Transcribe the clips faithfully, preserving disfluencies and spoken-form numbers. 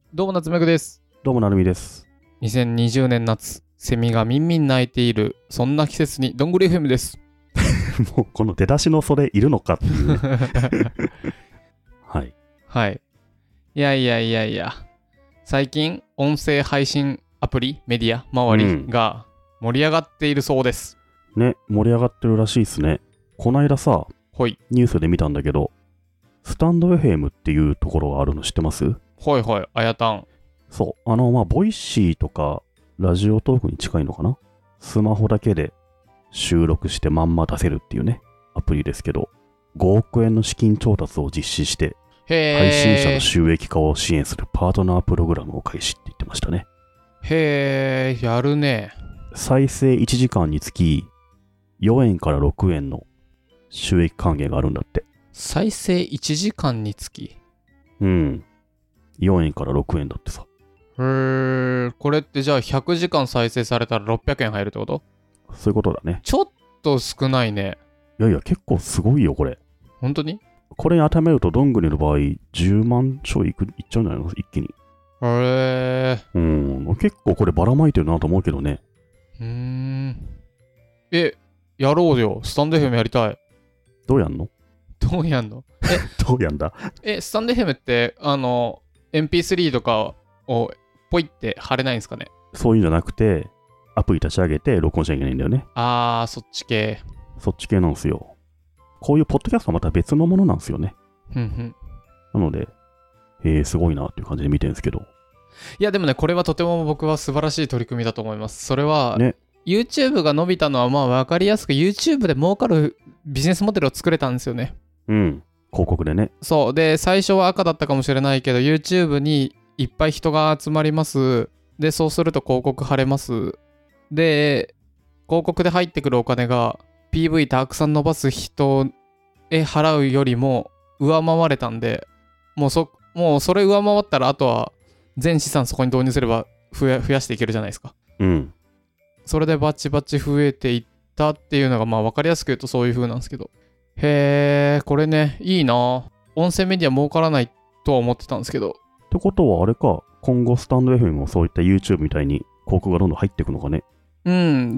どうも夏目くです。 どうもなるみです。 にせんにじゅうねん夏、セミがみんみん鳴いているそんな季節にどんぐり エフエム です。 もうこの出だしのそれいるのかっていうねはいはいいやいやいやいや、最近音声配信アプリメディア周りが盛り上がっているそうです、 うん、ね盛り上がってるらしいですね。こないださほいニュースで見たんだけど、スタンド エフエム っていうところがあるの知ってます？ ほいほい、あやたん。 そうあのまあボイシーとかラジオトークに近いのかな。スマホだけで収録してまんま出せるっていうねアプリですけど、ごおくえんの資金調達を実施してへ配信者の収益化を支援するパートナープログラムを開始って言ってましたね。 へー、やるね。 再生いちじかんにつきよえんからろくえんの収益還元があるんだって。 再生いちじかんにつきうんよえんからろくえんだってさ。 へー、これってじゃあひゃくじかん再生されたらろっぴゃくえん入るってこと？ そういうことだね。 ちょっと少ないね。 いやいや結構すごいよこれ。 本当に？ これに当てはめるとどんぐりの場合じゅうまんちょいいくいっちゃうんじゃないの一気に。 へー、 うん結構こればらまいてるなと思うけどね。 うーん。え、やろうよ。スタンド エフエム やりたい。 どうやんの？ どうやんの？ どうやんだ？ え、スタンド エフエム って、あの、エムピースリー とかをポイって貼れないんですかね？ そういうんじゃなくて、アプリ立ち上げて録音しちゃいけないんだよね。 あー、そっち系。 そっち系なんですよ。こういうポッドキャストはまた別のものなんですよね。 ふんふん。 なので、えー、すごいなっていう感じで見てるんですけど。 いや、でもね、これはとても僕は素晴らしい取り組みだと思います。それは、 ね、 YouTube が伸びたのは、まあ、わかりやすく YouTube で儲かるビジネスモデルを作れたんですよね。 うん。広告でね。 そう。で、最初は赤だったかもしれないけど、YouTube にいっぱい人が集まります。で、そうすると広告貼れます。で、広告で入ってくるお金が ピーブイ たくさん伸ばす人へ払うよりも上回れたんで、もうそ、もうそれ上回ったら、あとは全資産そこに導入すれば増や、増やしていけるじゃないですか。 うん。 それでバチバチ増えていったっていうのが、まあ分かりやすく言うとそういう風なんですけど。へー、これね、いいな。音声メディア儲からないとは思ってたんですけど。 ってことはあれか、今後スタンド エフエム もそういった YouTube みたいに広告がどんどん入っていくのかね。 うん。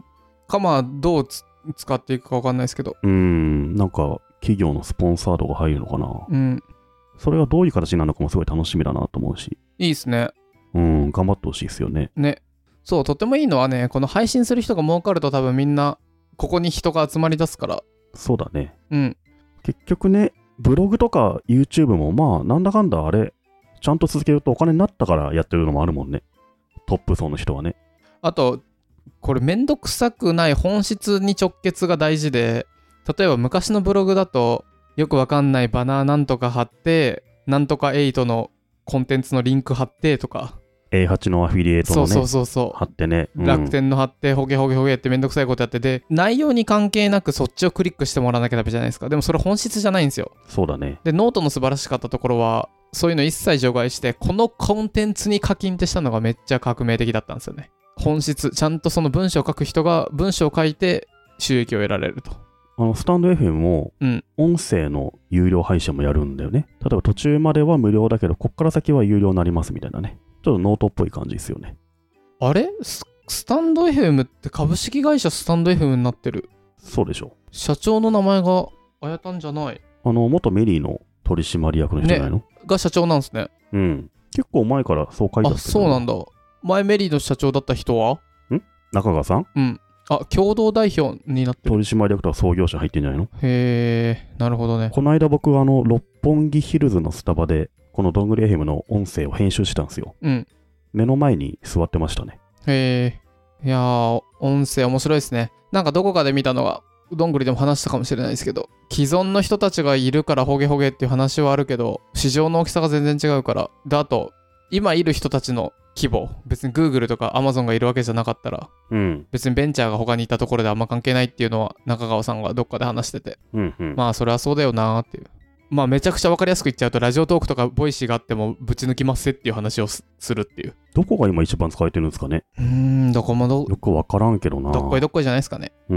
か、まあ、どうつ使っていくか分かんないですけど。 うーん、なんか企業のスポンサードが入るのかな。 うん。 それがどういう形になるのかもすごい楽しみだなと思うし。 いいっすね。 うん、頑張ってほしいですよね。 ね。そう、とてもいいのはね、この配信する人が儲かると多分みんな、ここに人が集まり出すから。 そうだね。 うん。 結局ね、ブログとか YouTube もまあなんだかんだあれ、ちゃんと続けるとお金になったからやってるのもあるもんね。トップ層の人はね。 あと、これめんどくさくない本質に直結が大事で、例えば昔のブログだと、よくわかんないバナーなんとか貼って、なんとかはちのコンテンツのリンク貼ってとか。 エーはち のアフィリエイトのね、 そうそうそうそう貼ってね、 うん、楽天の貼ってほげほげほげってめんどくさいことやってて、内容に関係なくそっちをクリックしてもらわなきゃダメじゃないですか。でもそれ本質じゃないんですよ。 そうだね。 で、ノートの素晴らしかったところは、そういうの一切除外して、このコンテンツに課金ってしたのがめっちゃ革命的だったんですよね。本質、ちゃんとその文章を書く人が文章を書いて収益を得られると。 あのスタンド エフエム も音声の有料配信もやるんだよね。例えば途中までは無料だけど、こっから先は有料になりますみたいなね。ちょっとノートっぽい感じですよね。 あれ ス, スタンド エフエム って株式会社スタンド エフエム になってる。 そうでしょ。 社長の名前があやたんじゃない。 あの、元メリーの取締役の人じゃないの、ね、 が社長なんですね。 うん。結構前からそう書いてあった、ね。 あ、そうなんだ。前メリーの社長だった人はん中川さん。 うん。あ、共同代表になってる。 取締役とは創業者入ってんじゃないの。 へー、なるほどね。 この間僕はあの、六本木ヒルズのスタバで、このどんぐり エフエム の音声を編集したんですよ。 うん。 目の前に座ってましたね。 へー。いやー、音声面白いですね。なんかどこかで見たのが、どんぐりでも話したかもしれないですけど、既存の人たちがいるからホゲホゲっていう話はあるけど、市場の大きさが全然違うから、で、あと、今いる人たちの規模、別に Google とか Amazon がいるわけじゃなかったら、 うん、 別にベンチャーが他にいたところであんま関係ないっていうのは中川さんがどっかで話してて、 うんうん、 まあそれはそうだよなーっていう。まあめちゃくちゃ分かりやすく言っちゃうと、ラジオトークとかボイシーがあってもぶち抜きますせっていう話を す, するっていう。 どこが今一番使えてるんですかね。 うーん、どこもどよくわからんけどな。 どっこいどっこいじゃないですかね。 うん、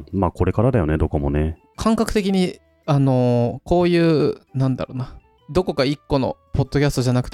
まあこれからだよね、どこもね。 感覚的にあのー、こういうなんだろうな、どこか一個のポッドキャストじゃなくて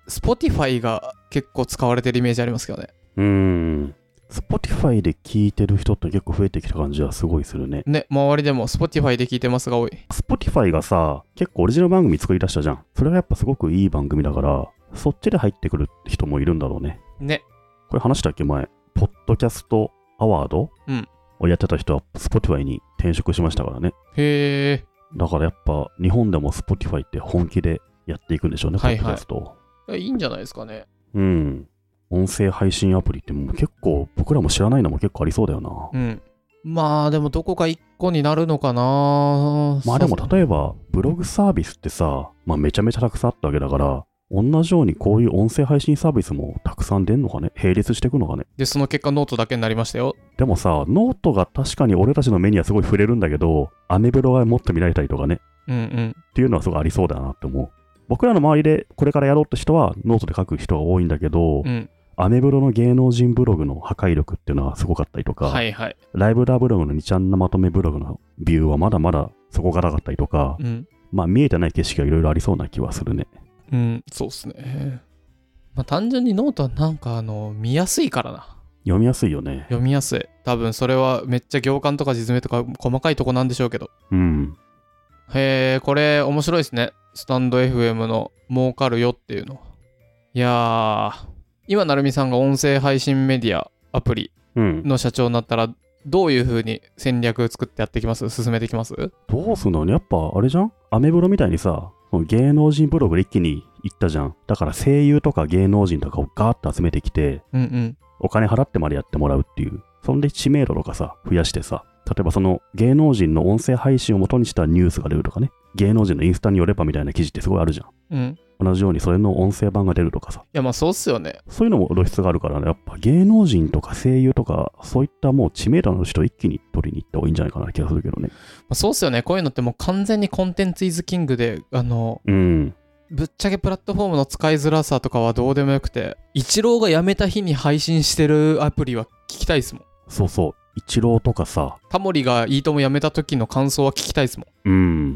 Spotify が結構使われてるイメージありますけどね。 うーん。Spotify で聞いてる人って結構増えてきた感じはすごいするね。 ね、周りでも Spotify で聞いてますが多い。 Spotify がさ、結構オリジナル番組作り出したじゃん。それがやっぱすごくいい番組だから、そっちで入ってくる人もいるんだろうね。 ね。 これ話したっけ前。ポッドキャストアワード、うん、をやってた人は Spotify に転職しましたからね。 へー。 だからやっぱ日本でも Spotify って本気でやっていくんでしょうね、 はいはい、 ポッドキャスト。 いいんじゃないですかね。 うん。音声配信アプリってもう結構僕らも知らないのも結構ありそうだよな。 うん。まあでもどこか一個になるのかな。 まあでも例えばブログサービスってさ、まあめちゃめちゃたくさんあったわけだから、同じようにこういう音声配信サービスもたくさん出んのかね、並列していくのかね。 でその結果ノートだけになりましたよ。 でもさ、ノートが確かに俺たちの目にはすごい触れるんだけど、アメブロがもっと見られたりとかね、 うんうん、 っていうのはすごいありそうだなって思う。僕らの周りでこれからやろうって人はノートで書く人が多いんだけど、うん、アメブロの芸能人ブログの破壊力っていうのはすごかったりとか、 はいはい、 ライブラブログのにちゃんなまとめブログのビューはまだまだ底堅かったりとか、うん、まあ見えてない景色がいろいろありそうな気はするね。 うん、そうっすね。まあ単純にノートはなんかあの見やすいからな。 読みやすいよね。 読みやすい。多分それはめっちゃ行間とか実名とか細かいとこなんでしょうけど。 うん。 へえ、これ面白いですね。スタンド エフエム の儲かるよっていうの。いやー、今成美さんが音声配信メディアアプリの社長になったら、どういう風に戦略作ってやっていきます？進めていきます？ どうすんのね。やっぱあれじゃん？アメブロみたいにさ、芸能人ブログで一気に行ったじゃん。だから声優とか芸能人とかをガーッと集めてきて、うんうん、お金払ってまでやってもらうっていう。そんで知名度とかさ、増やしてさ、例えばその芸能人の音声配信を元にしたニュースが出るとかね、芸能人のインスタによればみたいな記事ってすごいあるじゃん。うん。同じようにそれの音声版が出るとかさ。 いやまあそうっすよね。 そういうのも露出があるからね、やっぱ芸能人とか声優とか、そういったもう知名度の人を一気に取りに行った方がいいんじゃないかな気がするけどね。 まあ、そうっすよね。こういうのってもう完全にコンテンツイズキングで、あの、 うん。 ぶっちゃけプラットフォームの使いづらさとかはどうでもよくて、イチローが辞めた日に配信してるアプリは聞きたいですもん。 そうそう。イチローとかさ、 タモリがいいとも辞めた時の感想は聞きたいですもん。うん。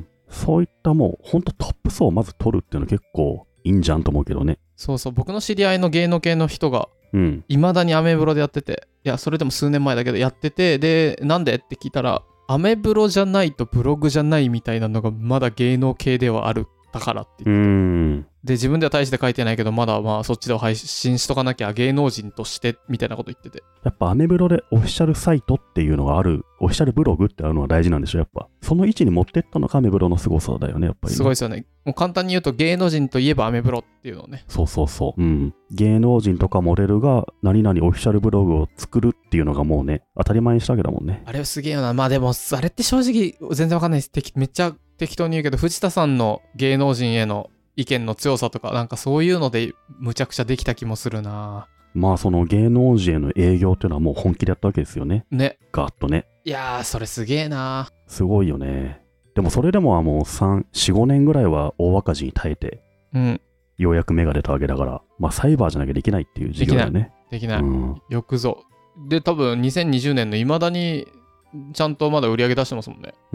そういったもうほんとトップ層をまず取るっていうのは結構いいんじゃんと思うけどね。 そうそう、僕の知り合いの芸能系の人がいま、うん、だにアメブロでやってて、いやそれでも数年前だけどやってて、でなんでって聞いたら、アメブロじゃないとブログじゃないみたいなのがまだ芸能系ではあるだからって言って、うーん、 で自分では大して書いてないけどまだまあそっちで配信しとかなきゃ芸能人としてみたいなこと言ってて、 やっぱアメブロでオフィシャルサイトっていうのがある、オフィシャルブログってあるのは大事なんでしょ。やっぱその位置に持ってったのがアメブロの凄さだよね。やっぱり、ね、 すごいですよね。もう簡単に言うと芸能人といえばアメブロっていうのをね。 そうそうそう、うん、芸能人とかモデルが何々オフィシャルブログを作るっていうのがもうね当たり前にしたわけだもんね。 あれはすげえよな。まあでもあれって正直全然わかんないです。めっちゃ適当に言うけど、藤田さんの芸能人への意見の強さとかなんかそういうのでむちゃくちゃできた気もするな。 まあその芸能人への営業っていうのはもう本気でやったわけですよね。 ね。 ガーッとね。 いやーそれすげえな。 すごいよね。でもそれでもはもうさん、よん、ごねんぐらいは大赤字に耐えて、うん、ようやく芽が出たわけだから、まあサイバーじゃなきゃできないっていう事業だよね。 できない。できない。うん、よくぞ。で多分にせんにじゅうねんの未だにちゃんとまだ売り上げ出してますもんね。 うん。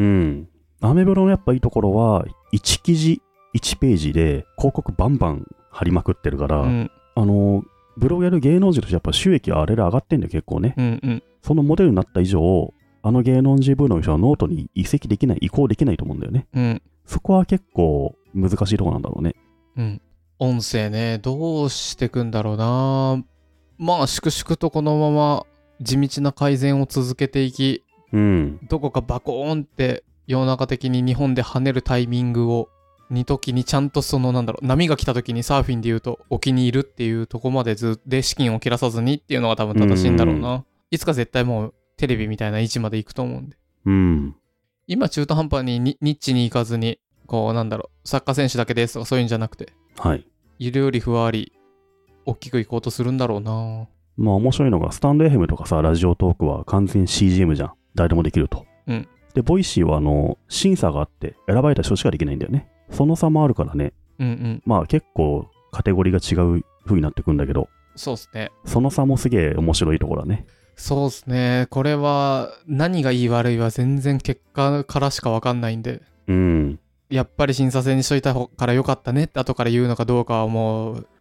アメブロのやっぱいいところはいち記事いちページで広告バンバン貼りまくってるから、うん、あのブログやる芸能人としてやっぱ収益はあれら上がってんだよ結構ね、うんうん、そのモデルになった以上あの芸能人ブログの人はノートに移籍できない移行できないと思うんだよね、うん、そこは結構難しいところなんだろうね。 うん、音声ねどうしてくんだろうな。まあ粛々とこのまま地道な改善を続けていき、うん、どこかバコーンって世の中的に日本で跳ねるタイミングをに時にちゃんとそのなんだろう波が来た時にサーフィンで言うと沖にいるっていうとこまでずで資金を切らさずにっていうのが多分正しいんだろうな。いつか絶対もうテレビみたいな位置まで行くと思うんで、うん、今中途半端にニッチに行かずにこうなんだろうサッカー選手だけですとかそういうんじゃなくて、はい、いるよりふわり大きく行こうとするんだろうな。 まあ面白いのがスタンド エフエム とかさラジオトークは完全 シージーエム じゃん。誰でもできると、うん、でボイシーはあの審査があって選ばれた人しかできないんだよね。その差もあるからね、うんうん、まあ結構カテゴリーが違う風になってくんだけど、 そうっすね。 その差もすげえ面白いところだね。 そうっすね。これは何がいい悪いは全然結果からしか分かんないんで、うん、やっぱり審査制にしといたからよかったねって後から言うのかどうかはもう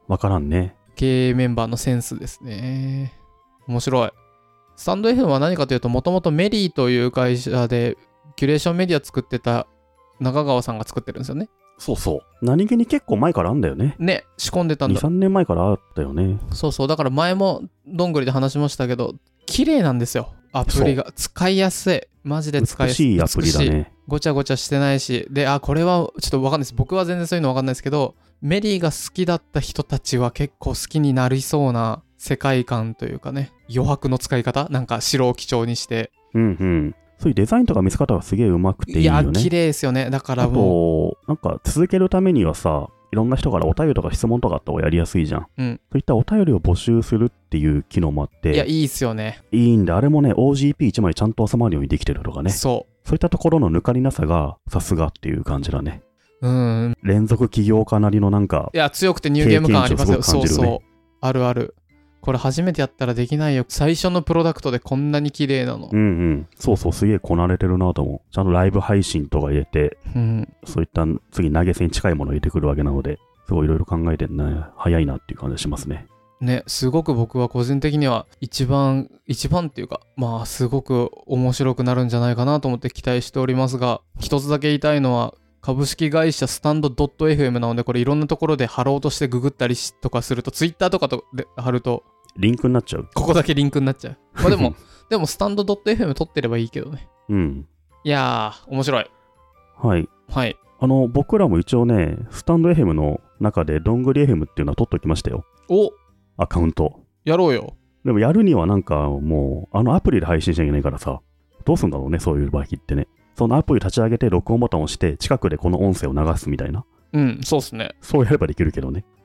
わからんね。 経営メンバーのセンスですね。面白い。スタンド エフエム は何かというと、もともとメリーという会社でキュレーションメディア作ってた中川さんが作ってるんですよね。 そうそう。何気に結構前からあんだよね。 ね、仕込んでたんだ。 に、さんねんまえからあったよね。 そうそう。だから前もどんぐりで話しましたけど、綺麗なんですよ。アプリが。使いやすい。マジで使いやすい。 美しいアプリだね。 ごちゃごちゃしてないし。で、あ、これはちょっとわかんないです。僕は全然そういうのわかんないですけど、メリーが好きだった人たちは結構好きになりそうな世界観というかね、余白の使い方、なんか白を基調にして。 うんうん。そういうデザインとか見せ方がすげえうまくていいよね。 いや、綺麗ですよね。だからもう。あと、なんか続けるためにはさ、いろんな人からお便りとか質問とかあった方がやりやすいじゃん。 うん。 そういったお便りを募集するっていう機能もあって。 いや、いいっすよね。 いいんで、あれもね、オージーピーいち 枚ちゃんと収まるようにできてるとかね。 そう。 そういったところの抜かりなさがさすがっていう感じだね。 うん。 連続起業家なりのなんか。 いや、強くてニューゲーム感ありますよ。 ね、 そうそう。あるある。これ初めてやったらできないよ。最初のプロダクトでこんなに綺麗なの。 うんうん。そうそう、すげえこなれてるなと思う。ちゃんとライブ配信とか入れて、 うん、 そういった次投げ銭に近いものを入れてくるわけなので、すごいいろいろ考えてね、早いなっていう感じがしますね。 ね、すごく僕は個人的には一番、一番っていうか、まあすごく面白くなるんじゃないかなと思って期待しておりますが、一つだけ言いたいのは、株式会社スタンド .エフエム なので、これいろんなところで貼ろうとしてググったりとかすると、ツイッターとかで貼ると、 リンクになっちゃう。 ここだけリンクになっちゃう。まあでも、でもスタンド .エフエム 取ってればいいけどね。 うん。 いやー、面白い。 はい。 はい。 あの、僕らも一応ね、スタンド エフエム の中でどんぐり エフエム っていうのは取っておきましたよ。 おアカウント。 やろうよ。 でもやるにはなんかもう、あのアプリで配信しなきゃいけないからさ、どうすんだろうね、そういう場合ってね。そのアプリ立ち上げて録音ボタンを押して、近くでこの音声を流すみたいな。 うん、そうっすね。 そうやればできるけどね。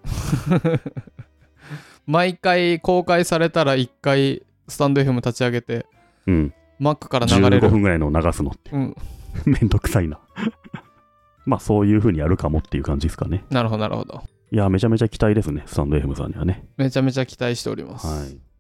毎回公開されたらいっかいスタンド エフエム 立ち上げて、 うん。 Mac から流れる。 じゅうごふんぐらいのを流すのって。 うん。 めんどくさいな。まあそういう風にやるかもっていう感じですかね。 なるほど、なるほど。 いや、めちゃめちゃ期待ですね、スタンド エフエム さんにはね。 めちゃめちゃ期待しております。 はい。